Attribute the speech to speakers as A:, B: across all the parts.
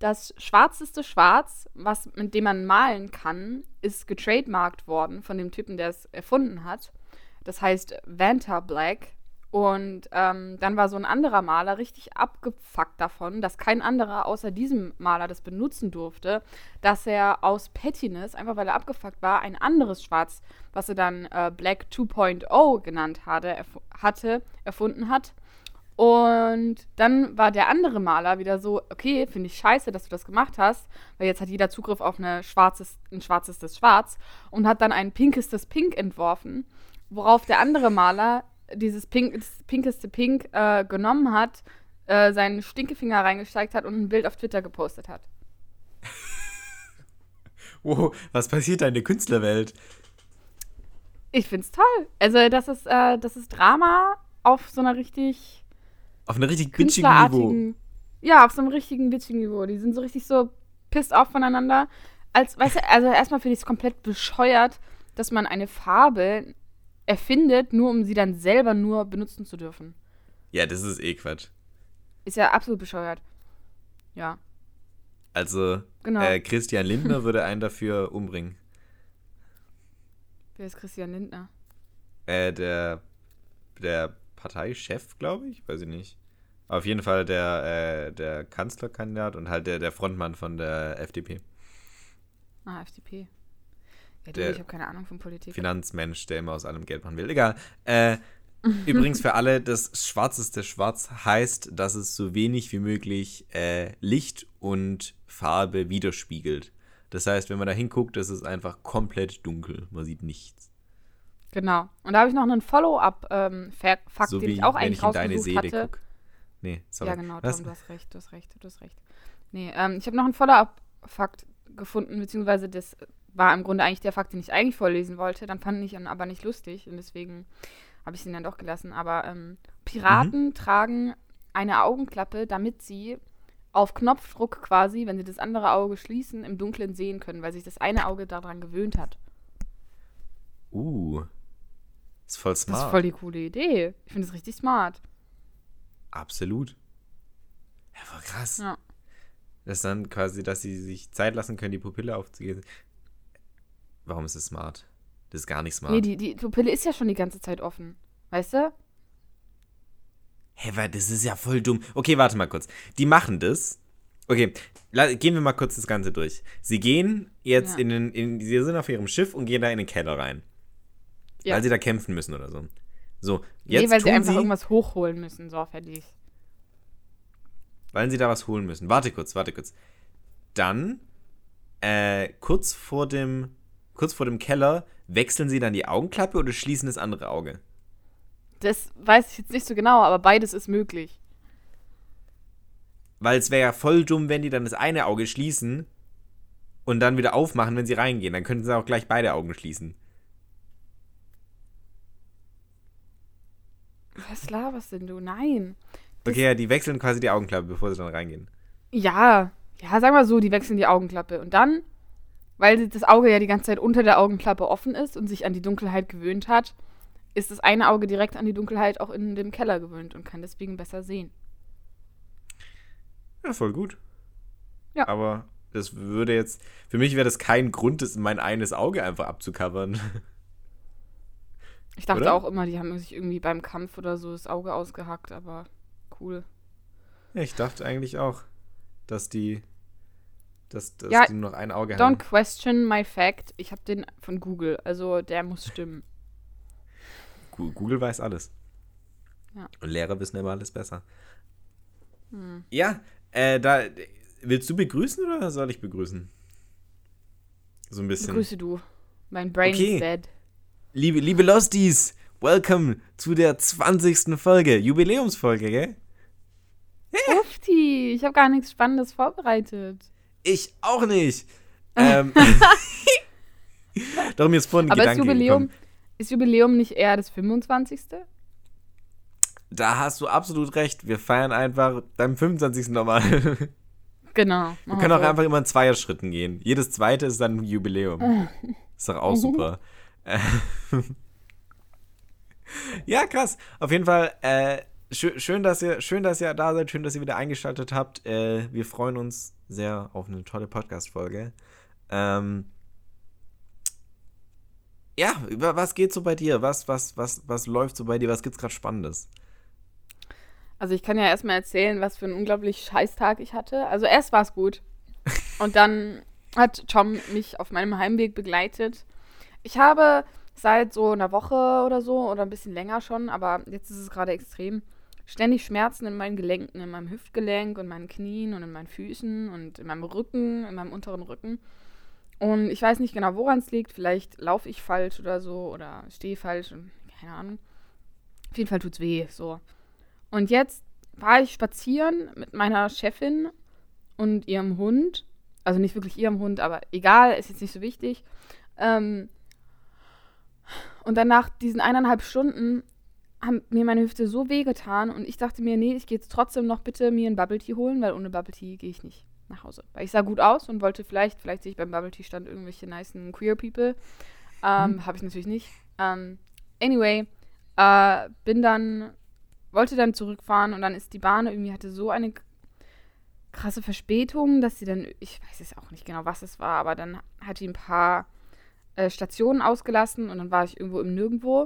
A: das schwarzeste Schwarz, mit dem man malen kann, ist getrademarkt worden von dem Typen, der es erfunden hat. Das heißt Vanta Black. Und dann war so ein anderer Maler richtig abgefuckt davon, dass kein anderer außer diesem Maler das benutzen durfte, dass er aus Pettiness, einfach weil er abgefuckt war, ein anderes Schwarz, was er dann Black 2.0 genannt erfunden hat. Und dann war der andere Maler wieder so, okay, finde ich scheiße, dass du das gemacht hast, weil jetzt hat jeder Zugriff auf ein schwarzestes Schwarz und hat dann ein pinkestes Pink entworfen, worauf der andere Maler dieses pinkeste Pink genommen hat, seinen Stinkefinger reingesteigt hat und ein Bild auf Twitter gepostet hat.
B: Wow, was passiert da in der Künstlerwelt?
A: Ich find's toll. Also das ist Drama auf so einer richtig
B: auf einem richtig bitchigen Niveau.
A: Ja, auf so einem richtigen bitchigen Niveau. Die sind so richtig so pissed off voneinander. Weißt du, also erstmal finde ich es komplett bescheuert, dass man eine Farbe erfindet, nur um sie dann selber nur benutzen zu dürfen.
B: Ja, das ist Quatsch.
A: Ist ja absolut bescheuert. Ja.
B: Also,
A: genau.
B: Christian Lindner würde einen dafür umbringen.
A: Wer ist Christian Lindner?
B: Der Parteichef, glaube ich. Weiß ich nicht. Auf jeden Fall der Kanzlerkandidat und halt der Frontmann von der FDP.
A: Ah, FDP. Ja, ich habe keine Ahnung von Politik.
B: Finanzmensch, der immer aus allem Geld machen will. Egal. Übrigens für alle, das schwarzeste Schwarz heißt, dass es so wenig wie möglich Licht und Farbe widerspiegelt. Das heißt, wenn man da hinguckt, ist es einfach komplett dunkel. Man sieht nichts.
A: Genau. Und da habe ich noch einen Follow-up-Fakt,
B: so
A: den ich auch eigentlich rausgesucht
B: hatte. So wie wenn ich in deine Seele
A: gucke.
B: Nee, sorry.
A: Ja, genau, Tom, du hast recht. Nee, ich habe noch einen Follow-up-Fakt gefunden, beziehungsweise das war im Grunde eigentlich der Fakt, den ich eigentlich vorlesen wollte. Dann fand ich ihn aber nicht lustig und deswegen habe ich ihn dann doch gelassen. Aber Piraten tragen eine Augenklappe, damit sie auf Knopfdruck quasi, wenn sie das andere Auge schließen, im Dunkeln sehen können, weil sich das eine Auge daran gewöhnt hat.
B: Ist voll smart.
A: Das ist voll die coole Idee. Ich finde es richtig smart.
B: Absolut. Ja, voll krass.
A: Ja.
B: Das ist dann quasi, dass sie sich Zeit lassen können, die Pupille aufzugehen. Warum ist es smart? Das ist gar nicht smart.
A: Nee, die Pupille ist ja schon die ganze Zeit offen. Weißt du?
B: Weil das ist ja voll dumm. Okay, warte mal kurz. Die machen das. Okay, gehen wir mal kurz das Ganze durch. Sie gehen jetzt sie sind auf ihrem Schiff und gehen da in den Keller rein. Ja. Weil sie da kämpfen müssen oder so. So, jetzt
A: weil sie einfach irgendwas hochholen müssen. So, fertig.
B: Weil sie da was holen müssen. Warte kurz. Dann, kurz vor dem Keller, wechseln sie dann die Augenklappe oder schließen das andere Auge?
A: Das weiß ich jetzt nicht so genau, aber beides ist möglich.
B: Weil es wäre ja voll dumm, wenn die dann das eine Auge schließen und dann wieder aufmachen, wenn sie reingehen. Dann könnten sie auch gleich beide Augen schließen.
A: Was laberst denn du? Nein.
B: Okay, ja, die wechseln quasi die Augenklappe, bevor sie dann reingehen.
A: Ja, sag mal so, die wechseln die Augenklappe. Und dann, weil das Auge ja die ganze Zeit unter der Augenklappe offen ist und sich an die Dunkelheit gewöhnt hat, ist das eine Auge direkt an die Dunkelheit auch in dem Keller gewöhnt und kann deswegen besser sehen.
B: Ja, voll gut.
A: Ja.
B: Aber das würde jetzt, für mich wäre das kein Grund, das in mein eines Auge einfach abzucovern.
A: Ich dachte
B: Oder?
A: auch immer, die haben sich irgendwie beim Kampf oder so das Auge ausgehackt, aber cool.
B: Ja, ich dachte eigentlich auch, dass die nur noch ein Auge
A: Don't
B: haben.
A: question my fact. Ich habe den von Google, also der muss stimmen.
B: Google weiß alles.
A: Ja.
B: Und Lehrer wissen immer alles besser.
A: Hm.
B: Ja, willst du begrüßen oder soll ich begrüßen? So ein bisschen.
A: Begrüße du. Mein Brain is dead.
B: Liebe Losties, welcome zu der 20. Folge. Jubiläumsfolge, gell?
A: Yeah. Ufti, ich habe gar nichts Spannendes vorbereitet.
B: Ich auch nicht. Doch, mir ist vorhin ein Gedanke gekommen.
A: Ist Jubiläum nicht eher das 25.?
B: Da hast du absolut recht. Wir feiern einfach beim 25. nochmal.
A: Genau.
B: Wir können auch einfach immer in Zweierschritten gehen. Jedes zweite ist dann ein Jubiläum. Ist doch auch super. Ja, krass. Auf jeden Fall schön, dass ihr da seid, schön, dass ihr wieder eingeschaltet habt. Wir freuen uns sehr auf eine tolle Podcast-Folge. Ja, was geht so bei dir? Was läuft so bei dir? Was gibt's gerade Spannendes?
A: Also ich kann ja erstmal erzählen, was für einen unglaublich Scheißtag ich hatte. Also erst war es gut. Und dann hat Tom mich auf meinem Heimweg begleitet. Ich habe seit so einer Woche oder so oder ein bisschen länger schon, aber jetzt ist es gerade extrem, ständig Schmerzen in meinen Gelenken, in meinem Hüftgelenk und meinen Knien und in meinen Füßen und in meinem Rücken, in meinem unteren Rücken. Und ich weiß nicht genau, woran es liegt. Vielleicht laufe ich falsch oder so oder stehe falsch und keine Ahnung. Auf jeden Fall tut's weh, so. Und jetzt war ich spazieren mit meiner Chefin und ihrem Hund. Also nicht wirklich ihrem Hund, aber egal, ist jetzt nicht so wichtig. Und dann nach diesen 1,5 Stunden haben mir meine Hüfte so wehgetan und ich dachte mir, nee, ich gehe jetzt trotzdem noch bitte mir einen Bubble Tea holen, weil ohne Bubble Tea gehe ich nicht nach Hause. Weil ich sah gut aus und wollte vielleicht sehe ich beim Bubble Tea Stand irgendwelche nicen Queer People. Habe ich natürlich nicht. Anyway, wollte dann zurückfahren und dann ist die Bahn irgendwie, hatte so eine krasse Verspätung, dass sie dann, ich weiß jetzt auch nicht genau, was es war, aber dann hat die ein paar Stationen ausgelassen und dann war ich irgendwo im Nirgendwo.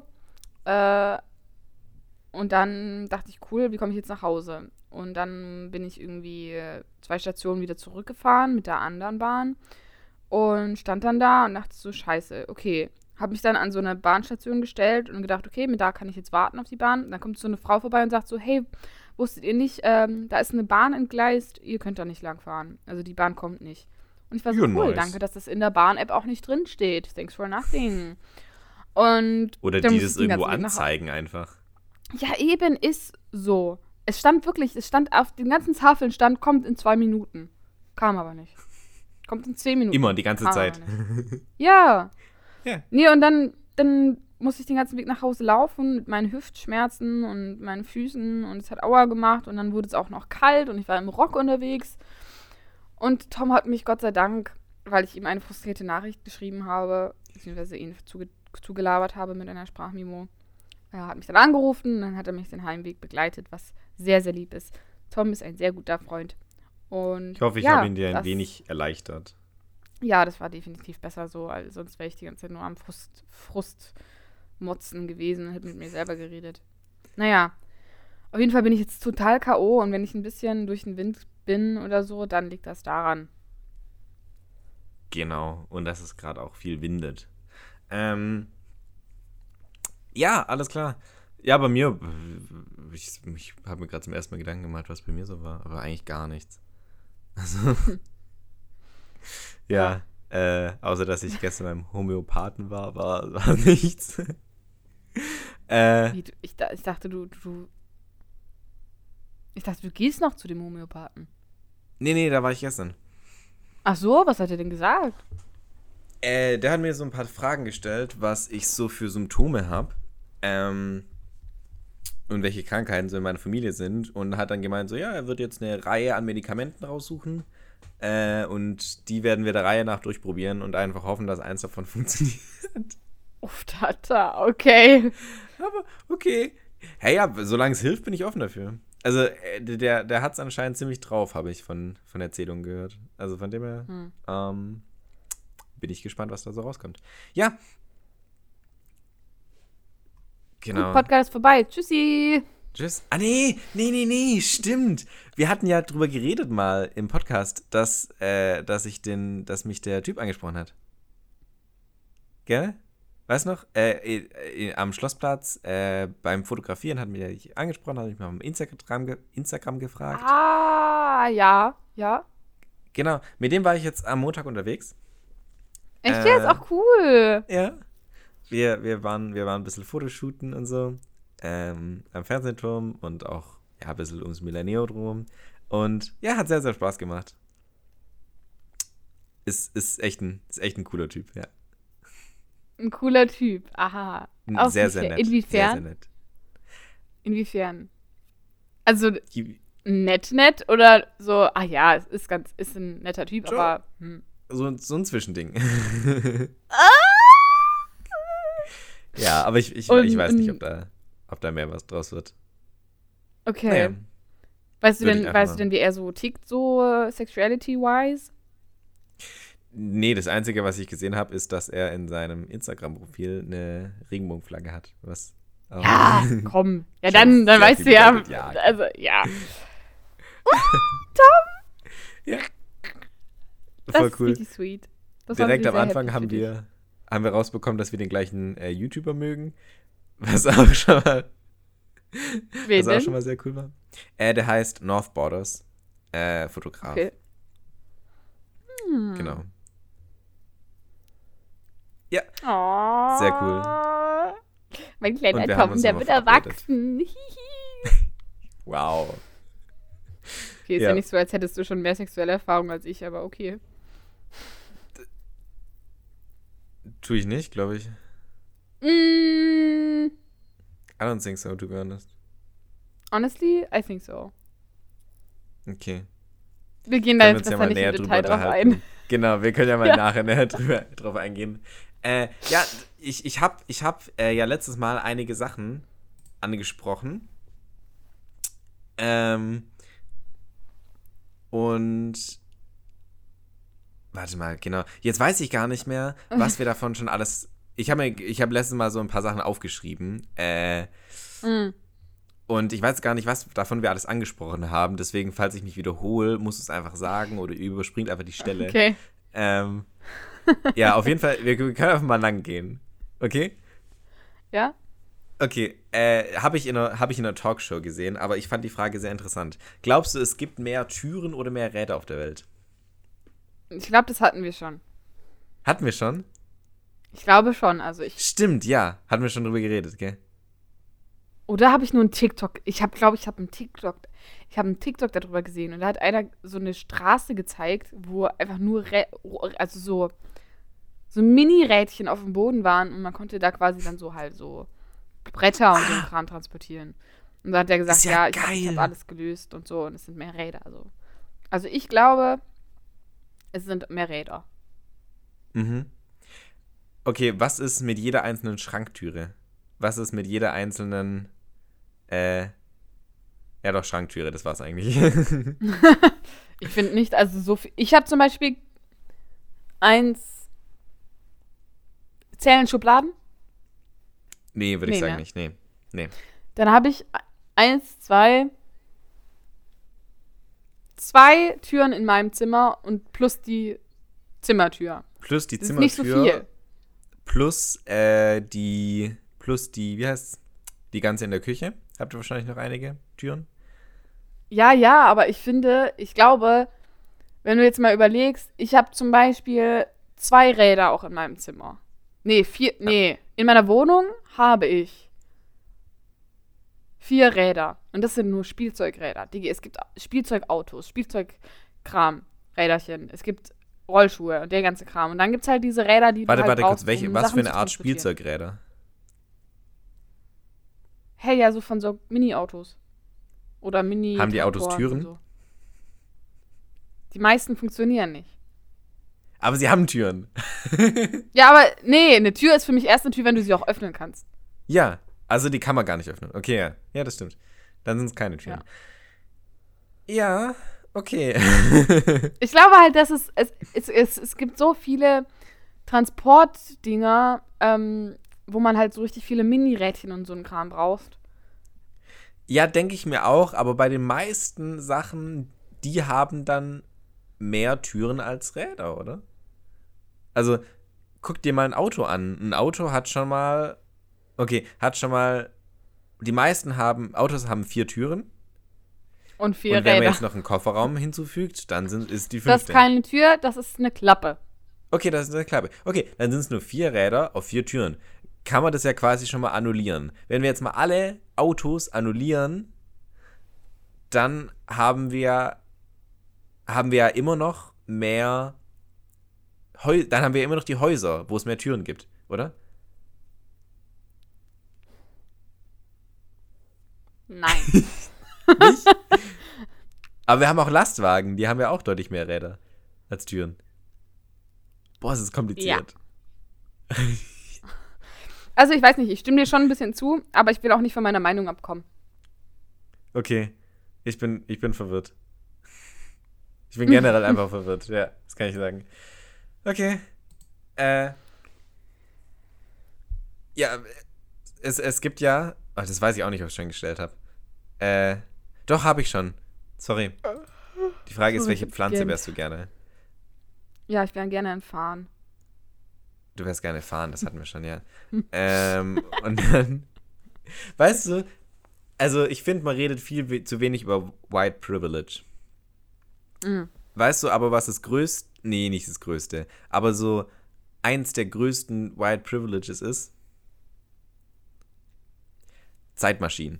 A: Und dann dachte ich, cool, wie komme ich jetzt nach Hause? Und dann bin ich irgendwie 2 Stationen wieder zurückgefahren mit der anderen Bahn und stand dann da und dachte so, scheiße, okay. Habe mich dann an so eine Bahnstation gestellt und gedacht, okay, da kann ich jetzt warten auf die Bahn. Und dann kommt so eine Frau vorbei und sagt so, hey, wusstet ihr nicht, da ist eine Bahn entgleist, ihr könnt da nicht langfahren. Also die Bahn kommt nicht. Und ich war so, cool,
B: nice.
A: Danke, dass das in der Bahn-App auch nicht drin steht. Thanks for nothing. Und
B: oder die das irgendwo anzeigen einfach.
A: Ja, eben, ist so. Es stand auf den ganzen Tafeln kommt in 2 Minuten. Kam aber nicht. Kommt in 10 Minuten.
B: Immer, die ganze Zeit.
A: Ja.
B: Ja.
A: Nee, und dann musste ich den ganzen Weg nach Hause laufen mit meinen Hüftschmerzen und meinen Füßen und es hat Aua gemacht und dann wurde es auch noch kalt und ich war im Rock unterwegs. Und Tom hat mich Gott sei Dank, weil ich ihm eine frustrierte Nachricht geschrieben habe, beziehungsweise ihn zugelabert habe mit einer Sprachmemo, er hat mich dann angerufen und dann hat er mich den Heimweg begleitet, was sehr, sehr lieb ist. Tom ist ein sehr guter Freund. Und
B: ich hoffe, ich habe ihn dir ein wenig erleichtert.
A: Ja, das war definitiv besser so, als sonst wäre ich die ganze Zeit nur am Frustmotzen gewesen und hätte mit mir selber geredet. Naja, auf jeden Fall bin ich jetzt total K.O. und wenn ich ein bisschen durch den Wind bin oder so, dann liegt das daran.
B: Genau, und dass es gerade auch viel windet. Ja, alles klar. Ja, bei mir, ich habe mir gerade zum ersten Mal Gedanken gemacht, was bei mir so war, aber eigentlich gar nichts. Also, ja, außer dass ich gestern beim Homöopathen war nichts.
A: Ich dachte, du gehst noch zu dem Homöopathen.
B: Nee, da war ich gestern.
A: Ach so, was hat er denn gesagt?
B: Der hat mir so ein paar Fragen gestellt, was ich so für Symptome habe. Und welche Krankheiten so in meiner Familie sind. Und hat dann gemeint, so, ja, er wird jetzt eine Reihe an Medikamenten raussuchen. Und die werden wir der Reihe nach durchprobieren und einfach hoffen, dass eins davon funktioniert.
A: Uff, Tata, okay.
B: Aber okay. Hey, ja, solange es hilft, bin ich offen dafür. Also, der hat es anscheinend ziemlich drauf, habe ich von Erzählungen gehört. Also von dem her bin ich gespannt, was da so rauskommt. Ja. Genau.
A: Gut, Podcast ist vorbei. Tschüssi.
B: Tschüss. Ah, nee, stimmt. Wir hatten ja drüber geredet mal im Podcast, dass mich der Typ angesprochen hat. Gell? Weißt du noch? Am Schlossplatz beim Fotografieren hat mich angesprochen, hat mich mal am Instagram gefragt.
A: Ah, ja.
B: Genau, mit dem war ich jetzt am Montag unterwegs.
A: Echt jetzt? Auch cool.
B: Ja. Wir waren ein bisschen Fotoshooten und so. Am Fernsehturm und auch ein bisschen ums Milleneo drum. Und ja, hat sehr, sehr Spaß gemacht. Ist echt ein cooler Typ, ja.
A: Ein cooler Typ, aha.
B: Sehr, sehr nett.
A: Inwiefern?
B: Sehr, sehr nett.
A: Inwiefern? Also nett oder so, ist ein netter Typ, so, aber
B: so ein Zwischending. Ja, aber ich weiß nicht, ob da mehr was draus wird.
A: Okay.
B: Naja,
A: Weißt du
B: würde ich
A: denn,
B: einfach
A: weißt du denn, wie er so tickt, so sexuality-wise?
B: nee, das Einzige, was ich gesehen habe, ist, dass er in seinem Instagram-Profil eine Regenbogenflagge hat. Was auch
A: Ja, komm. Ja,
B: schon
A: dann
B: sehr
A: weißt
B: viel
A: du ja.
B: bedeutet, ja.
A: Also, ja.
B: Ja,
A: Das
B: voll
A: ist
B: cool.
A: richtig sweet. Das war
B: Direkt
A: wirklich
B: am
A: sehr
B: Anfang
A: happy
B: haben
A: für dich.
B: wir rausbekommen, dass wir den gleichen YouTuber mögen. Was auch schon mal,
A: Wen
B: was auch
A: denn?
B: schon mal sehr cool war. Der heißt North Borders. Fotograf.
A: Okay.
B: Genau. Ja,
A: Oh.
B: sehr cool.
A: Mein kleiner
B: Und wir haben
A: Tom,
B: uns
A: der
B: nochmal
A: wird
B: verabredet.
A: erwachsen. Hihi.
B: Wow.
A: Okay, ist
B: Ja.
A: ja nicht so, als hättest du schon mehr sexuelle Erfahrung als ich, aber okay.
B: Tue ich nicht, glaube ich.
A: Mm,
B: I don't think so, to be honest.
A: honestly, I think so.
B: Okay.
A: Wir gehen da
B: Können wir
A: jetzt
B: uns ja
A: besser
B: mal
A: nicht
B: näher
A: im
B: drüber
A: Detail drauf
B: unterhalten.
A: ein.
B: Genau, wir können ja mal
A: Ja.
B: nachher näher drauf eingehen. Ja, ich hab ja letztes Mal einige Sachen angesprochen. Und warte mal, genau. Jetzt weiß ich gar nicht mehr, was wir davon schon alles. Ich habe letztes Mal so ein paar Sachen aufgeschrieben.
A: Mm.
B: Und ich weiß gar nicht, was davon wir alles angesprochen haben. Deswegen, falls ich mich wiederhole, muss es einfach sagen oder überspringt einfach die Stelle.
A: Okay.
B: Ja, auf jeden Fall, wir können einfach mal lang gehen. Okay?
A: Ja?
B: Okay, habe ich in einer Talkshow gesehen, aber ich fand die Frage sehr interessant. Glaubst du, es gibt mehr Türen oder mehr Räder auf der Welt?
A: Ich glaube, das hatten wir schon.
B: Hatten wir schon?
A: Ich glaube schon. Also ich.
B: Stimmt, ja. Hatten wir schon drüber geredet, gell?
A: Oder habe ich nur einen TikTok? Ich habe einen TikTok darüber gesehen und da hat einer so eine Straße gezeigt, wo einfach nur also so Mini-Rädchen auf dem Boden waren und man konnte da quasi dann so halt so Bretter und so einen Kram transportieren. Und da hat er gesagt,
B: Ist ja
A: ich habe
B: geil.
A: alles gelöst und so und es sind mehr Räder. Also ich glaube, es sind mehr Räder.
B: Mhm. Okay, was ist mit jeder einzelnen Schranktüre? Was ist mit jeder einzelnen, ja doch, Schranktüre, das war's eigentlich.
A: Ich finde nicht, also so viel. Ich habe zum Beispiel zählen Schubladen.
B: Nee, würde ich
A: Nee,
B: sagen
A: ne?
B: nicht, nee.
A: Dann habe ich zwei Türen in meinem Zimmer und plus die Zimmertür.
B: Plus die
A: Das ist
B: Zimmertür.
A: nicht so viel.
B: Plus die, wie heißt's? Die ganze in der Küche. Habt ihr wahrscheinlich noch einige Türen?
A: Ja, aber ich glaube, wenn du jetzt mal überlegst, ich habe zum Beispiel 2 Räder auch in meinem Zimmer. In meiner Wohnung habe ich 4 Räder. Und das sind nur Spielzeugräder. Es gibt Spielzeugautos, Spielzeugkram, Räderchen. Es gibt Rollschuhe und der ganze Kram. Und dann gibt es halt diese Räder, die
B: Warte
A: du halt
B: kurz,
A: brauchst, um
B: was
A: Sachen
B: für eine
A: zu
B: Art
A: transportieren.
B: Spielzeugräder?
A: Hey, ja, so von so Mini-Autos. Oder Mini.
B: Haben die Autos
A: Traktoren
B: Türen?
A: und so. Die meisten funktionieren nicht.
B: Aber sie haben Türen.
A: Ja, aber nee, eine Tür ist für mich erst eine Tür, wenn du sie auch öffnen kannst.
B: Ja, also die kann man gar nicht öffnen. Okay, ja. Ja, das stimmt. Dann sind es keine Türen. Ja, okay.
A: Ich glaube halt, dass es gibt so viele Transportdinger, wo man halt so richtig viele Mini-Rädchen und so einen Kram braucht.
B: Ja, denke ich mir auch, aber bei den meisten Sachen, die haben dann mehr Türen als Räder, oder? Also, guck dir mal ein Auto an. Ein Auto hat schon mal, die meisten Autos haben 4 Türen.
A: Und 4
B: Und wenn man
A: Räder.
B: jetzt noch einen Kofferraum hinzufügt, dann ist die 5.
A: Das ist keine Tür, das ist eine Klappe.
B: Okay, das ist eine Klappe. Okay, dann sind es nur 4 Räder auf 4 Türen. Kann man das ja quasi schon mal annullieren. Wenn wir jetzt mal alle Autos annullieren, dann haben wir ja immer noch mehr dann haben wir immer noch die Häuser, wo es mehr Türen gibt, oder?
A: Nein.
B: Nicht? Aber wir haben auch Lastwagen, die haben ja auch deutlich mehr Räder als Türen. Boah, es ist kompliziert.
A: Also ich weiß nicht, ich stimme dir schon ein bisschen zu, aber ich will auch nicht von meiner Meinung abkommen.
B: Okay. Ich bin verwirrt. Ich bin generell einfach verwirrt. Ja, das kann ich sagen. Okay. Ja, es gibt ja. Ach, das weiß ich auch nicht, ob ich schon gestellt habe. Doch, habe ich schon. Sorry. Die Frage ist, welche Pflanze wärst du gerne?
A: Ja, ich wäre gerne ein Farn.
B: Du wärst gerne fahren, das hatten wir schon, ja. Und dann, weißt du, also ich finde, man redet viel zu wenig über White Privilege.
A: Mhm.
B: Weißt du aber, was das größte, nee, nicht das größte, aber so eins der größten White Privileges ist? Zeitmaschinen.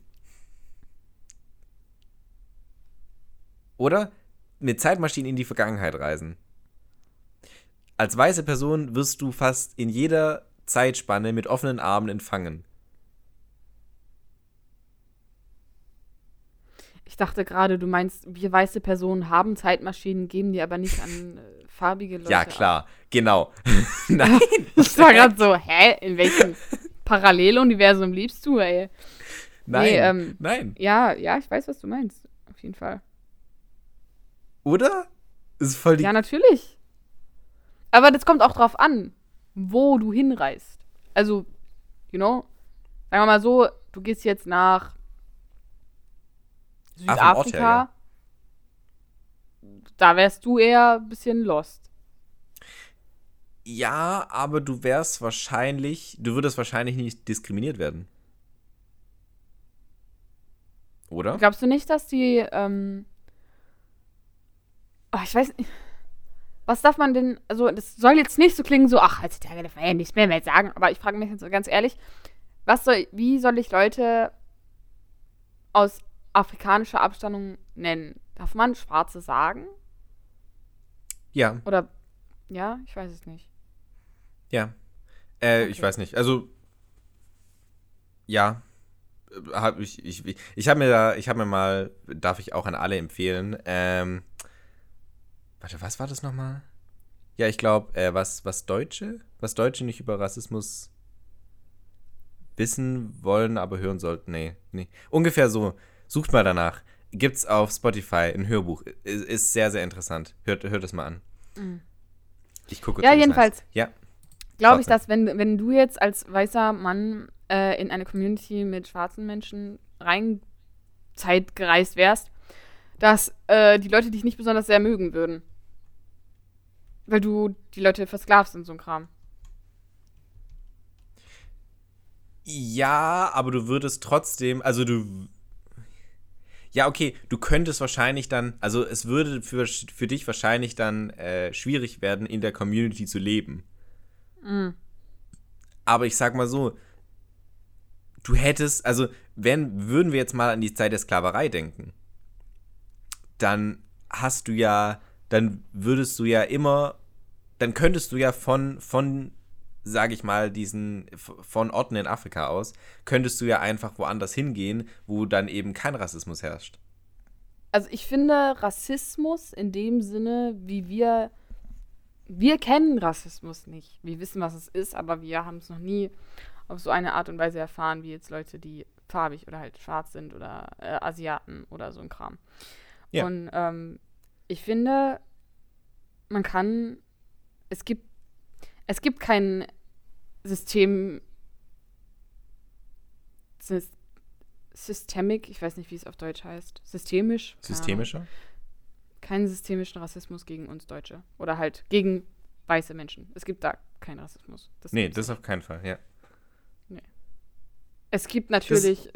B: Oder mit Zeitmaschinen in die Vergangenheit reisen. Als weiße Person wirst du fast in jeder Zeitspanne mit offenen Armen empfangen.
A: Ich dachte gerade, du meinst, wir weiße Personen haben Zeitmaschinen, geben die aber nicht an farbige Leute
B: Ja, klar, genau. Nein.
A: Das war gerade so, hä? In welchem Paralleluniversum liebst du, ey?
B: Nein, nein.
A: Ja, ich weiß, was du meinst. Auf jeden Fall.
B: Oder? Das ist voll die...
A: Ja, natürlich. Aber das kommt auch drauf an, wo du hinreist. Also, sagen wir mal so, du gehst jetzt nach Südafrika.
B: Ort her, ja.
A: Da wärst du eher ein bisschen lost.
B: Ja, aber du würdest wahrscheinlich nicht diskriminiert werden. Oder?
A: Glaubst du nicht, dass die, ich weiß nicht. Was darf man denn, also das soll jetzt nicht so klingen, so, heutzutage darf man ja nichts mehr sagen, aber ich frage mich jetzt so ganz ehrlich, wie soll ich Leute aus afrikanischer Abstammung nennen? Darf man Schwarze sagen?
B: Ja.
A: Oder, ja, ich weiß es nicht.
B: Ja.
A: Okay.
B: Ich weiß nicht, also, ja. Ich habe mir mal, darf ich auch an alle empfehlen, warte, was war das nochmal? Ja, ich glaube, was Deutsche nicht über Rassismus wissen wollen, aber hören sollten. Nee. Ungefähr so. Sucht mal danach. Gibt's auf Spotify ein Hörbuch. Ist sehr, sehr interessant. Hört es mal an.
A: Mhm.
B: Ich gucke.
A: Ja, jedenfalls.
B: Ja.
A: Glaube ich, dass wenn du jetzt als weißer Mann in eine Community mit schwarzen Menschen zeitgereist wärst, dass die Leute dich nicht besonders sehr mögen würden. Weil du die Leute versklavst und so ein Kram.
B: Ja, aber du würdest trotzdem, ja, okay, du könntest wahrscheinlich dann, also es würde für dich wahrscheinlich dann schwierig werden, in der Community zu leben.
A: Mhm.
B: Aber ich sag mal so, du hättest, also würden wir jetzt mal an die Zeit der Sklaverei denken, dann würdest du ja immer, dann könntest du ja von sage ich mal, von Orten in Afrika aus, könntest du ja einfach woanders hingehen, wo dann eben kein Rassismus herrscht.
A: Also ich finde Rassismus in dem Sinne, wie wir kennen Rassismus nicht. Wir wissen, was es ist, aber wir haben es noch nie auf so eine Art und Weise erfahren, wie jetzt Leute, die farbig oder halt schwarz sind oder Asiaten oder so ein Kram.
B: Ja.
A: Und ich finde, es gibt kein Systemic, ich weiß nicht, wie es auf Deutsch heißt. Systemisch?
B: Systemischer?
A: Keinen systemischen Rassismus gegen uns Deutsche. Oder halt gegen weiße Menschen. Es gibt da keinen Rassismus.
B: Das auf keinen Fall, ja.
A: Nee. Es gibt natürlich,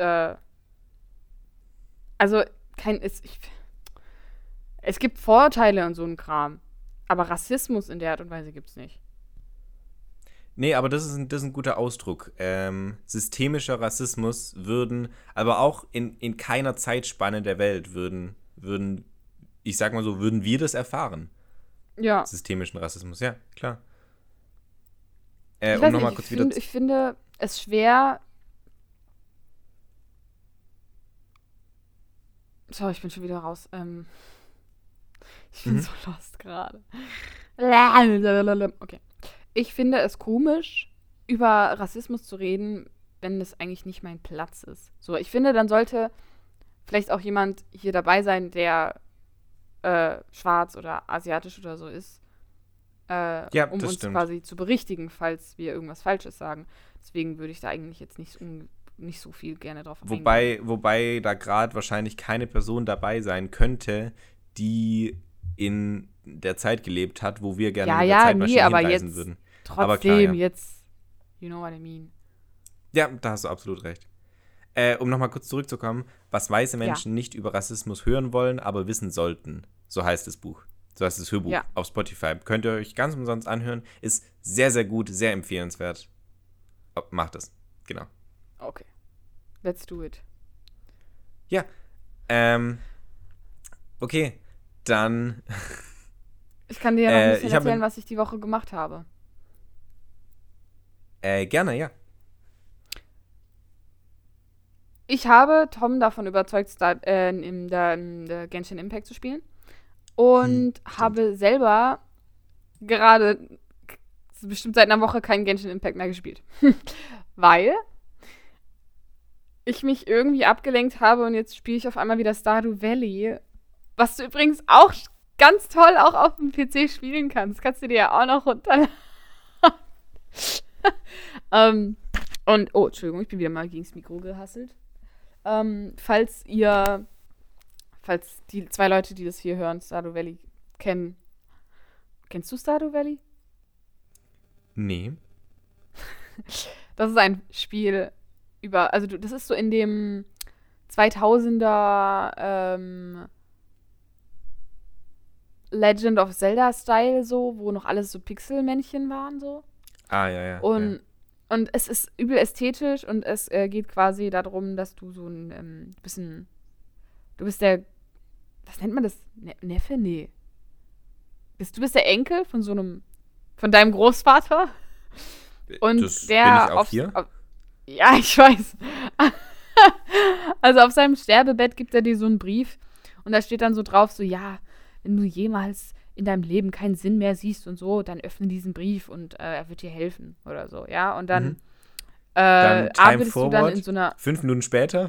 A: es gibt Vorurteile und so ein Kram. Aber Rassismus in der Art und Weise gibt's nicht.
B: Nee, aber das ist ein guter Ausdruck. Systemischer Rassismus aber auch in keiner Zeitspanne der Welt würden, ich sag mal so, würden wir das erfahren.
A: Ja.
B: Systemischen Rassismus, ja, klar.
A: Ich finde es schwer. Sorry, ich bin schon wieder raus. Ich bin so lost gerade. Okay. Ich finde es komisch, über Rassismus zu reden, wenn das eigentlich nicht mein Platz ist. So, ich finde, dann sollte vielleicht auch jemand hier dabei sein, der schwarz oder asiatisch oder so ist, um uns quasi zu berichtigen, falls wir irgendwas Falsches sagen. Deswegen würde ich da eigentlich jetzt nicht so viel gerne drauf eingehen.
B: Wobei da gerade wahrscheinlich keine Person dabei sein könnte, die in der Zeit gelebt hat, wo wir gerne mit der Zeitmaschine hinreisen würden.
A: Trotzdem,
B: aber klar, ja.
A: jetzt, you know what I mean.
B: Ja, da hast du absolut recht. Um nochmal kurz zurückzukommen, was weiße Menschen nicht über Rassismus hören wollen, aber wissen sollten. So heißt das Buch. So heißt das Hörbuch auf Spotify. Könnt ihr euch ganz umsonst anhören. Ist sehr, sehr gut, sehr empfehlenswert. Macht es. Genau.
A: Okay. Let's do it.
B: Ja. Okay. Dann.
A: Ich kann dir ja noch ein bisschen erzählen, was ich die Woche gemacht habe.
B: Gerne, ja.
A: Ich habe Tom davon überzeugt, in der Genshin Impact zu spielen. Und habe selber gerade bestimmt seit einer Woche keinen Genshin Impact mehr gespielt. Weil ich mich irgendwie abgelenkt habe und jetzt spiele ich auf einmal wieder Stardew Valley. Was du übrigens auch ganz toll auch auf dem PC spielen kannst. Kannst du dir ja auch noch runterladen. Entschuldigung, ich bin wieder mal gegen das Mikro gehasselt. Falls die 2 Leute, die das hier hören, Stardew Valley kennen. Kennst du Stardew Valley?
B: Nee.
A: Das ist ein Spiel das ist so in dem 2000er Legend of Zelda-Style so, wo noch alles so Pixelmännchen waren so.
B: Ja.
A: Und es ist übel ästhetisch und es geht quasi darum, dass du so ein bisschen, du bist der, was nennt man das? Neffe? Nee. Du bist der Enkel von von deinem Großvater. Und
B: das der bin ich auch hier.
A: Ja, ich weiß. Also auf seinem Sterbebett gibt er dir so einen Brief und da steht dann so drauf, so, ja, wenn du jemals in deinem Leben keinen Sinn mehr siehst und so, dann öffne diesen Brief und er wird dir helfen oder so, ja. Und dann, arbeitest du dann in so einer
B: 5 Minuten später.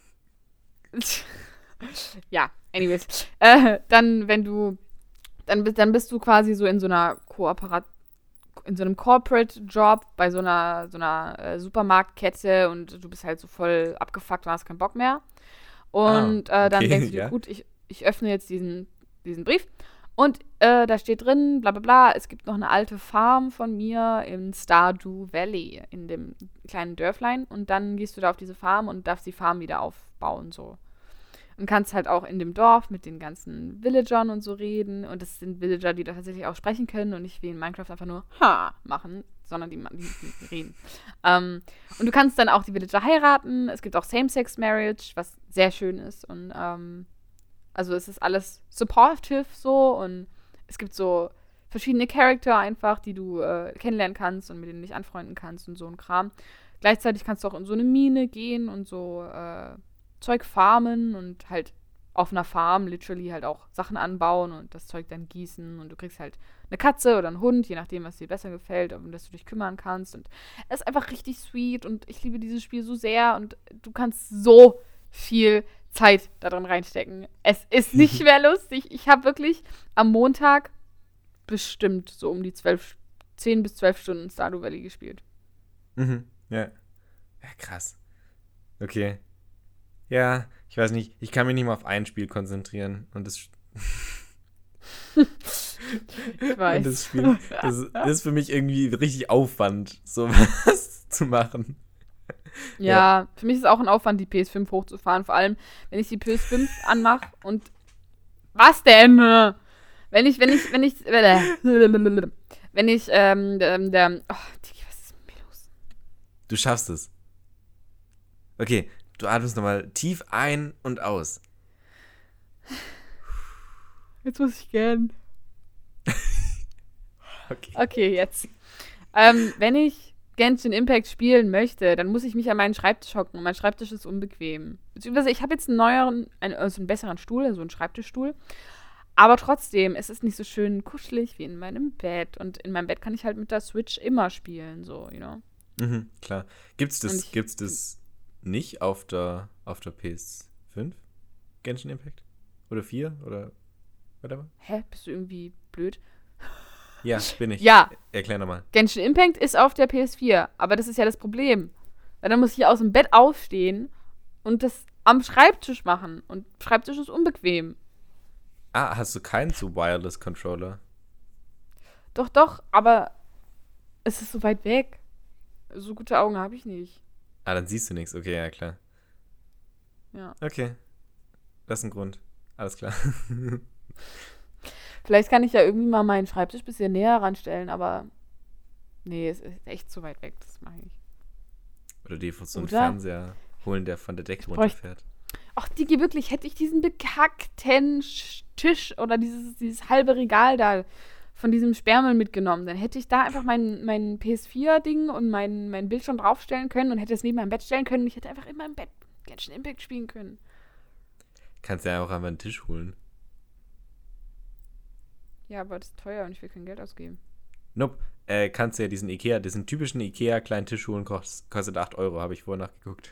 A: Ja, anyways. Dann bist du quasi so in so einer in so einem Corporate-Job bei so einer Supermarktkette und du bist halt so voll abgefuckt und hast keinen Bock mehr. Und dann denkst du dir, gut, ich öffne jetzt diesen Brief und da steht drin, bla bla bla, es gibt noch eine alte Farm von mir in Stardew Valley, in dem kleinen Dörflein und dann gehst du da auf diese Farm und darfst die Farm wieder aufbauen, so. Und kannst halt auch in dem Dorf mit den ganzen Villagern und so reden. Und das sind Villager, die da tatsächlich auch sprechen können und nicht wie in Minecraft einfach nur Ha machen, sondern die reden. Und du kannst dann auch die Villager heiraten. Es gibt auch Same-Sex-Marriage, was sehr schön ist. Und also es ist alles supportive so. Und es gibt so verschiedene Charakter einfach, die du kennenlernen kannst und mit denen du dich anfreunden kannst und so ein Kram. Gleichzeitig kannst du auch in so eine Mine gehen und so Zeug farmen und halt auf einer Farm literally halt auch Sachen anbauen und das Zeug dann gießen und du kriegst halt eine Katze oder einen Hund, je nachdem, was dir besser gefällt, um das du dich kümmern kannst und es ist einfach richtig sweet und ich liebe dieses Spiel so sehr und du kannst so viel Zeit darin reinstecken. Es ist nicht mehr lustig. Ich habe wirklich am Montag bestimmt so um die 10 bis 12 Stunden Stardew Valley gespielt.
B: Mhm, ja. Ja, krass. Okay. Ja, ich weiß nicht, ich kann mich nicht mal auf ein Spiel konzentrieren und das
A: ich weiß.
B: Und das Spiel, das ist für mich irgendwie richtig Aufwand, sowas zu machen.
A: Ja, für mich ist es auch ein Aufwand, die PS5 hochzufahren, vor allem, wenn ich die PS5 anmache und was denn? Wenn ich, Digi, was ist mit mir los?
B: Du schaffst es. Okay, du atmest nochmal tief ein und aus.
A: Jetzt muss ich gern. Okay, jetzt. Wenn ich Genshin Impact spielen möchte, dann muss ich mich an meinen Schreibtisch hocken. Und mein Schreibtisch ist unbequem. Beziehungsweise ich habe jetzt einen besseren Stuhl, so einen Schreibtischstuhl. Aber trotzdem, es ist nicht so schön kuschelig wie in meinem Bett. Und in meinem Bett kann ich halt mit der Switch immer spielen, so, you know.
B: Mhm, klar. Gibt's das nicht auf der PS5? Genshin Impact? Oder 4? Oder whatever?
A: Hä? Bist du irgendwie blöd?
B: Ja, bin ich.
A: Ja.
B: Erklär nochmal.
A: Genshin Impact ist auf der PS4. Aber das ist ja das Problem. Weil dann muss ich aus dem Bett aufstehen und das am Schreibtisch machen. Und Schreibtisch ist unbequem.
B: Ah, hast du keinen so Wireless Controller?
A: Doch, aber es ist so weit weg. So gute Augen habe ich nicht.
B: Ah, dann siehst du nichts. Okay, ja, klar.
A: Ja.
B: Okay. Das ist ein Grund. Alles klar.
A: Vielleicht kann ich ja irgendwie mal meinen Schreibtisch ein bisschen näher ranstellen, aber nee, es ist echt zu weit weg. Das mache ich nicht.
B: Oder dir so einen
A: Oder?
B: Fernseher holen, der von der Decke runterfährt.
A: Ach, Digi, wirklich, hätte ich diesen bekackten Tisch oder dieses halbe Regal da von diesem Sperrmüll mitgenommen, dann hätte ich da einfach mein PS4-Ding und mein Bildschirm draufstellen können und hätte es neben meinem Bett stellen können und ich hätte einfach in meinem Bett Genshin Impact spielen können.
B: Kannst ja auch einfach einen Tisch holen.
A: Ja, aber das ist teuer und ich will kein Geld ausgeben.
B: Nope. Kannst du ja diesen typischen Ikea kleinen Tisch holen, kostet 8 Euro, habe ich vorher nachgeguckt.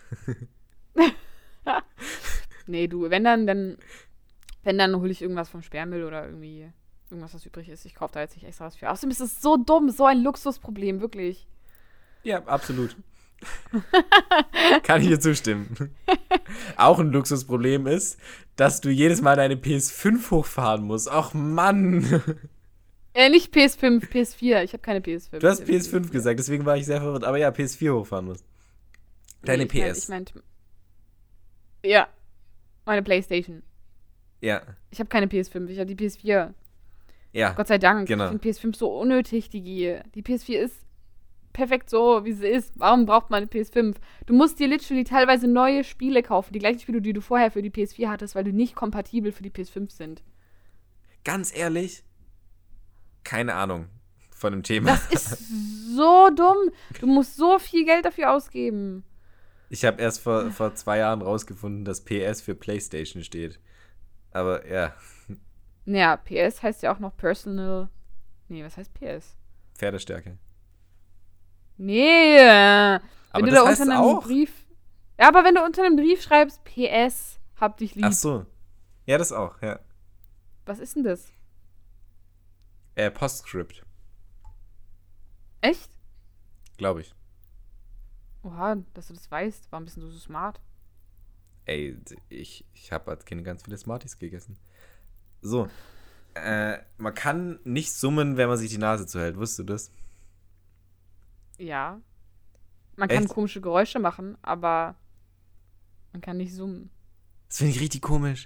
A: Nee, du, wenn dann hole ich irgendwas vom Sperrmüll oder irgendwie irgendwas, was übrig ist. Ich kaufe da jetzt nicht extra was für. Außerdem ist es so dumm, so ein Luxusproblem, wirklich.
B: Ja, absolut. Kann ich dir zustimmen. Auch ein Luxusproblem ist, dass du jedes Mal deine PS5 hochfahren musst. Ach Mann.
A: Nicht PS5, PS4. Ich habe keine PS5.
B: Du hast PS5 gesagt, deswegen war ich sehr verwirrt. Aber ja, PS4 hochfahren musst. Deine PS.
A: Ich meinte. Ja. Meine PlayStation.
B: Ja.
A: Ich habe keine PS5, ich habe die PS4.
B: Ja.
A: Gott sei Dank.
B: Genau.
A: Ich finde PS5 so unnötig, Digi. Die PS4 ist perfekt so, wie sie ist. Warum braucht man eine PS5? Du musst dir literally teilweise neue Spiele kaufen. Die gleichen Spiele, die du vorher für die PS4 hattest, weil die nicht kompatibel für die PS5 sind.
B: Ganz ehrlich, keine Ahnung von dem Thema.
A: Das ist so dumm. Du musst so viel Geld dafür ausgeben.
B: Ich habe erst vor 2 Jahren rausgefunden, dass PS für PlayStation steht. Aber ja.
A: Naja, PS heißt ja auch noch Personal. Nee, was heißt PS?
B: Pferdestärke.
A: Nee.
B: Aber
A: Wenn du
B: das
A: da
B: heißt
A: unter einem
B: auch?
A: Brief. Ja, aber wenn du unter einem Brief schreibst, PS, hab dich lieb.
B: Ach so. Ja, das auch, ja.
A: Was ist denn das?
B: Postscript,
A: Echt?
B: glaube ich.
A: Oha, dass du das weißt. Warum bist du so smart?
B: Ey, ich habe als Kind ganz viele Smarties gegessen. So. Man kann nicht summen, wenn man sich die Nase zuhält. Wusstest du das?
A: Ja. Man kann
B: Echt?
A: komische Geräusche machen, aber man kann nicht summen.
B: Das finde ich richtig komisch.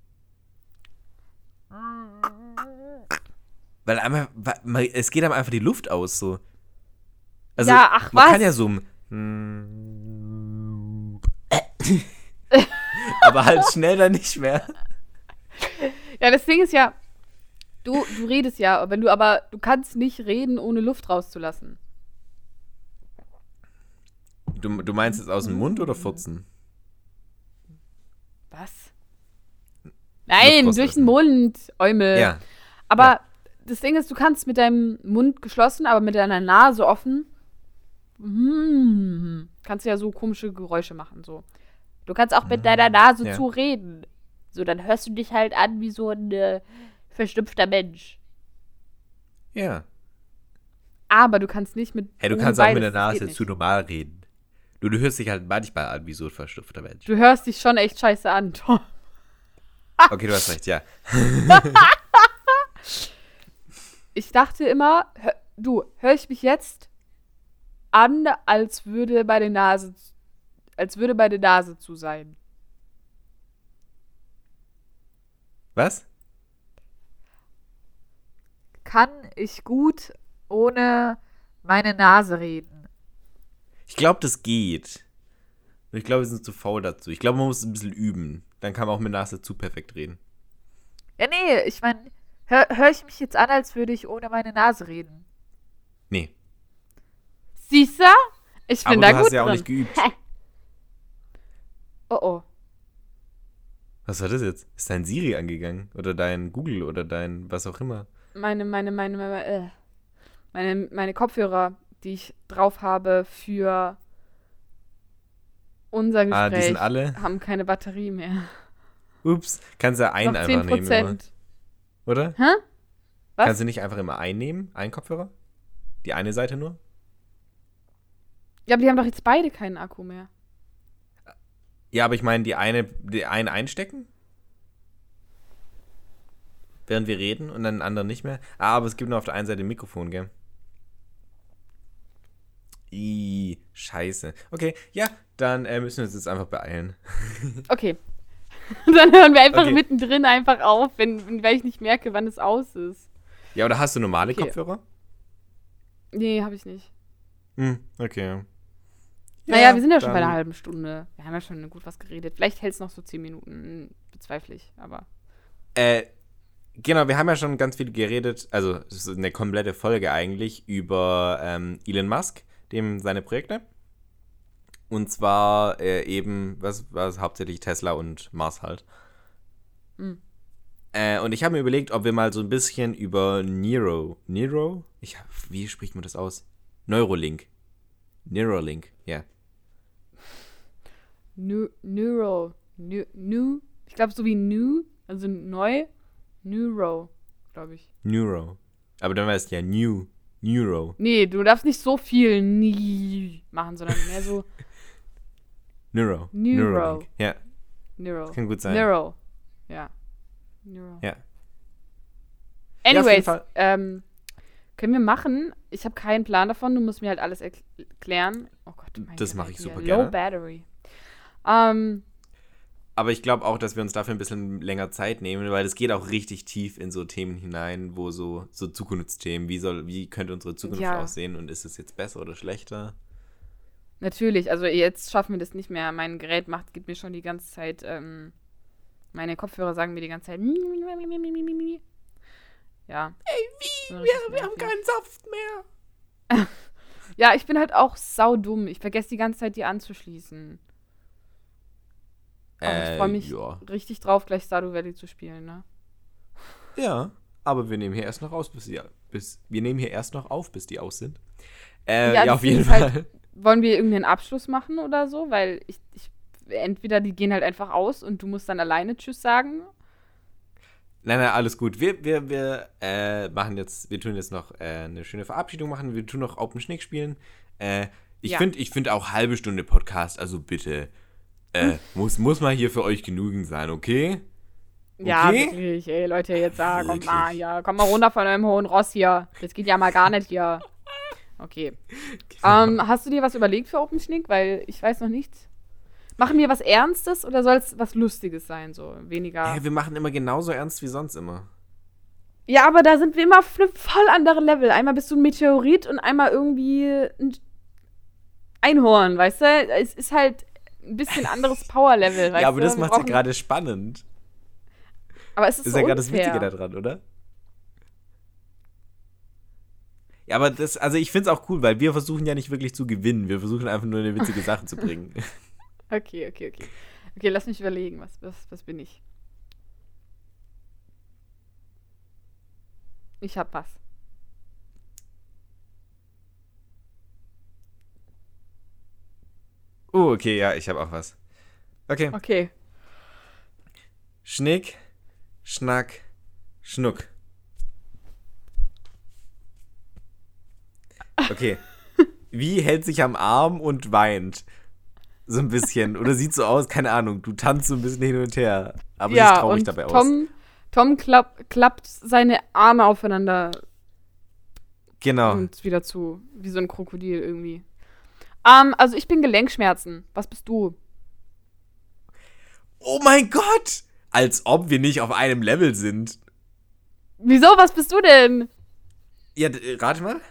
B: Weil es geht einem einfach die Luft aus, so. Also,
A: Ja, ach,
B: man
A: was?
B: kann ja summen. Aber halt schneller nicht mehr.
A: Ja, das Ding ist ja, du redest ja, du kannst nicht reden, ohne Luft rauszulassen.
B: Du meinst jetzt aus dem Mund oder furzen?
A: Was? Nein,
B: Luft
A: durch den
B: rauslassen.
A: Mund, Eumel.
B: Ja.
A: Aber
B: Ja.
A: das Ding ist, du kannst mit deinem Mund geschlossen, aber mit deiner Nase offen, kannst du ja so komische Geräusche machen, so. Du kannst auch mit deiner Nase
B: Ja.
A: zu reden. So, dann hörst du dich halt an wie so ein verstüpfter Mensch.
B: Ja.
A: Aber du kannst nicht mit.
B: Hey, du
A: ohne
B: kannst auch mit
A: beides,
B: der
A: das geht
B: Nase
A: nicht.
B: zu normal reden. Du hörst dich halt manchmal an wie so ein verstopfter Mensch.
A: Du hörst dich schon echt scheiße an, Tom.
B: Okay, du hast recht, ja.
A: Ich dachte immer, höre ich mich jetzt an, als würde meine Nase zu sein.
B: Was?
A: Kann ich gut ohne meine Nase reden?
B: Ich glaube, das geht. Ich glaube, wir sind zu faul dazu. Ich glaube, man muss ein bisschen üben. Dann kann man auch mit Nase zu perfekt reden.
A: Ja, nee, ich meine, hör ich mich jetzt an, als würde ich ohne meine Nase reden?
B: Nee.
A: Siehst du? Ich bin
B: Aber
A: da
B: du
A: gut
B: hast ja auch
A: drin.
B: nicht geübt.
A: Oh.
B: Was war das jetzt? Ist dein Siri angegangen? Oder dein Google oder dein was auch immer?
A: Meine Kopfhörer, die ich drauf habe für unser Gespräch,
B: Die sind alle?
A: haben keine Batterie mehr.
B: Ups. Kannst du einen
A: Noch
B: einfach nehmen,
A: 10%.
B: oder?
A: Hä? Was?
B: Kannst du nicht einfach immer einen nehmen? Einen Kopfhörer? Die eine Seite nur?
A: Ja, aber die haben doch jetzt beide keinen Akku mehr.
B: Ja, aber ich meine, die einen einstecken? Während wir reden und dann den anderen nicht mehr? Aber es gibt nur auf der einen Seite ein Mikrofon, gell? Scheiße. Okay, ja, dann müssen wir uns jetzt einfach beeilen.
A: Okay. Dann hören wir einfach
B: Okay.
A: mittendrin einfach auf, weil ich nicht merke, wann es aus ist.
B: Ja, oder hast du normale
A: Okay.
B: Kopfhörer?
A: Nee, habe ich nicht.
B: Okay.
A: Naja, wir sind ja schon bei
B: dann-
A: einer halben Stunde. Wir haben ja schon gut was geredet. Vielleicht hält es noch so 10 Minuten. Bezweifle ich, aber.
B: Genau, wir haben ja schon ganz viel geredet, also es ist eine komplette Folge eigentlich, über Elon Musk, dem seine Projekte. Und zwar eben, was hauptsächlich Tesla und Mars halt.
A: Hm.
B: Und ich habe mir überlegt, ob wir mal so ein bisschen über wie spricht man das aus? Neuralink, ja.
A: Ich glaube, so wie new, also neu, Neuro, glaube ich.
B: Neuro. Aber dann wäre es ja Neuro.
A: Nee, du darfst nicht so viel nie machen, sondern mehr so Neuro.
B: Neuralink. Ja,
A: Neuro.
B: kann gut sein.
A: Neuro. Ja. Neuro.
B: Ja.
A: Anyways,
B: Ja, auf jeden Fall.
A: können wir machen. Ich habe keinen Plan davon. Du musst mir halt alles erklären. Oh Gott, mein
B: Das
A: Gerät
B: mache ich
A: hier.
B: super
A: Low
B: gerne.
A: Battery.
B: Aber ich glaube auch, dass wir uns dafür ein bisschen länger Zeit nehmen, weil es geht auch richtig tief in so Themen hinein, wo so Zukunftsthemen, wie könnte unsere Zukunft
A: Ja.
B: aussehen und ist es jetzt besser oder schlechter?
A: Natürlich, also jetzt schaffen wir das nicht mehr. Mein Gerät gibt mir schon die ganze Zeit, meine Kopfhörer sagen mir die ganze Zeit. Ja. So richtig nervig.
B: Saft mehr.
A: Ja, ich bin halt auch saudumm. Ich vergesse die ganze Zeit, die anzuschließen. Aber ich freue mich
B: Ja.
A: richtig drauf, gleich Stardew Valley zu spielen, ne?
B: Ja, aber wir nehmen hier erst noch aus, bis die aus sind.
A: Ja,
B: Ja,
A: das
B: auf jeden
A: Ding ist halt-
B: Fall.
A: Wollen wir irgendeinen Abschluss machen oder so? Weil entweder die gehen halt einfach aus und du musst dann alleine Tschüss sagen.
B: Nein, alles gut. Wir tun jetzt noch eine schöne Verabschiedung machen. Wir tun noch Open Schnick spielen. Ich
A: Ja.
B: finde auch halbe Stunde Podcast, also bitte. Muss mal hier für euch genügend sein, okay?
A: Ja,
B: Okay?
A: wirklich. Ey, Leute, jetzt kommt
B: Wirklich?
A: mal, ja, komm mal runter von eurem hohen Ross hier. Das geht ja mal gar nicht hier. Okay. Hast du dir was überlegt für Open Schnick? Weil ich weiß noch nichts. Machen wir was Ernstes oder soll es was Lustiges sein? So weniger.
B: Wir machen immer genauso ernst wie sonst immer.
A: Ja, aber da sind wir immer auf einem voll anderen Level. Einmal bist du ein Meteorit und einmal irgendwie ein Einhorn, weißt du? Es ist halt ein bisschen anderes Power-Level, weißt du?
B: Ja, aber das
A: Wir
B: macht ja
A: brauchen-
B: gerade spannend.
A: Aber es ist
B: Das ist
A: so
B: ja gerade das
A: unfair.
B: Witzige daran, oder? Ja, aber also ich finde es auch cool, weil wir versuchen ja nicht wirklich zu gewinnen. Wir versuchen einfach nur eine witzige Sache zu bringen.
A: Okay. Okay, lass mich überlegen, was bin ich? Ich hab was.
B: Okay, ja, ich habe auch was. Okay.
A: Okay.
B: Schnick, Schnack, Schnuck. Okay. Wie hält sich am Arm und weint? So ein bisschen. Oder sieht so aus, keine Ahnung. Du tanzt so ein bisschen hin und her. Aber siehst traurig
A: und
B: dabei aus.
A: Tom klappt seine Arme aufeinander
B: Genau.
A: und wieder zu. Wie so ein Krokodil irgendwie. Also ich bin Gelenkschmerzen. Was bist du?
B: Oh mein Gott! Als ob wir nicht auf einem Level sind.
A: Wieso? Was bist du denn?
B: Ja, rate mal.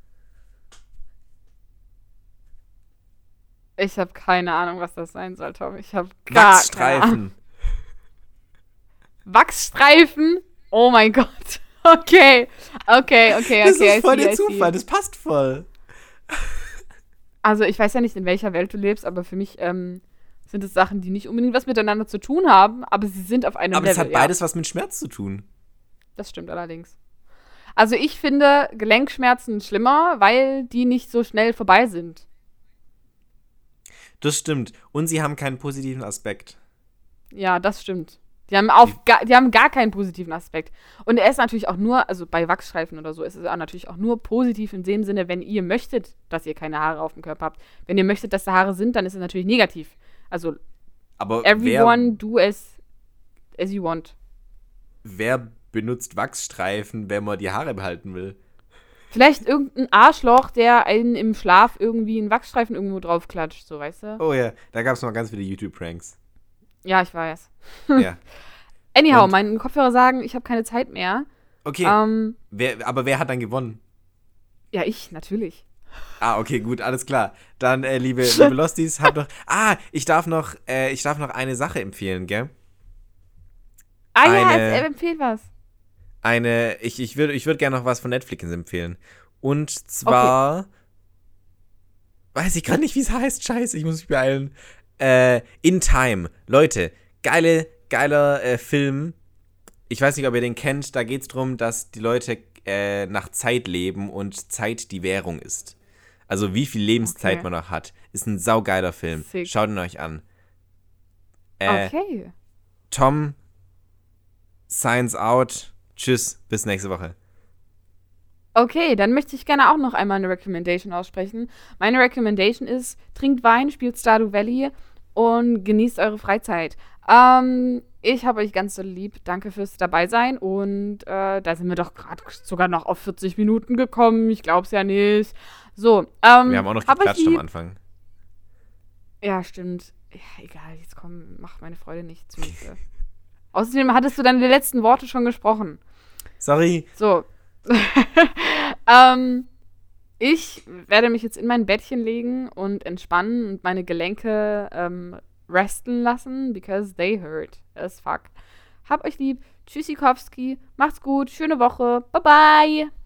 A: Ich habe keine Ahnung, was das sein soll, Tom. Ich habe gar keine Ahnung.
B: Wachsstreifen.
A: Wachsstreifen? Oh mein Gott. Okay.
B: Das ist voll
A: I
B: der
A: see.
B: Zufall, das passt voll.
A: Also ich weiß ja nicht, in welcher Welt du lebst, aber für mich sind es Sachen, die nicht unbedingt was miteinander zu tun haben, aber sie sind auf einem
B: Aber
A: Level.
B: es hat beides was mit Schmerz zu tun.
A: Das stimmt allerdings. Also ich finde Gelenkschmerzen schlimmer, weil die nicht so schnell vorbei sind.
B: Das stimmt. Und sie haben keinen positiven Aspekt.
A: Ja, das stimmt. Die haben gar keinen positiven Aspekt. Und er ist natürlich auch nur, also bei Wachsstreifen oder so, ist es auch natürlich auch nur positiv in dem Sinne, wenn ihr möchtet, dass ihr keine Haare auf dem Körper habt. Wenn ihr möchtet, dass da Haare sind, dann ist es natürlich negativ. Also,
B: Aber
A: everyone do as you want.
B: Wer benutzt Wachsstreifen, wenn man die Haare behalten will?
A: Vielleicht irgendein Arschloch, der einen im Schlaf irgendwie einen Wachsstreifen irgendwo drauf klatscht, so, weißt du?
B: Oh ja, da gab es noch ganz viele YouTube-Pranks.
A: Ja, ich weiß.
B: Ja.
A: Anyhow,
B: Und-
A: meine Kopfhörer sagen, ich habe keine Zeit mehr.
B: Okay, wer hat dann gewonnen?
A: Ja, ich, natürlich.
B: Ah, okay, gut, alles klar. Dann, liebe Losties, habt noch. Ich darf noch eine Sache empfehlen, gell?
A: Ah ja,
B: Eine-
A: empfehlt was.
B: Ich würd gerne noch was von Netflix empfehlen. Und zwar. Weiß ich gerade nicht, wie es heißt. Scheiße, ich muss mich beeilen. In Time. Leute, geiler Film. Ich weiß nicht, ob ihr den kennt. Da geht es darum, dass die Leute nach Zeit leben und Zeit die Währung ist. Also wie viel Lebenszeit
A: Okay.
B: man noch hat. Ist ein saugeiler Film.
A: Sick.
B: Schaut ihn euch an.
A: Okay.
B: Tom, Signs out. Tschüss, bis nächste Woche.
A: Okay, dann möchte ich gerne auch noch einmal eine Recommendation aussprechen. Meine Recommendation ist, trinkt Wein, spielt Stardew Valley und genießt eure Freizeit. Ich habe euch ganz so lieb. Danke fürs Dabeisein. Und da sind wir doch gerade sogar noch auf 40 Minuten gekommen. Ich glaube es ja nicht. So,
B: Wir haben auch noch
A: hab euch
B: geklatscht am
A: lieb.
B: Anfang.
A: Ja, stimmt. Ja, egal, jetzt komm, mach meine Freude nicht zunichte. Außerdem hattest du deine letzten Worte schon gesprochen.
B: Sorry.
A: So. Ich werde mich jetzt in mein Bettchen legen und entspannen und meine Gelenke resten lassen, because they hurt as fuck. Hab euch lieb. Tschüssikowski. Macht's gut. Schöne Woche. Bye bye.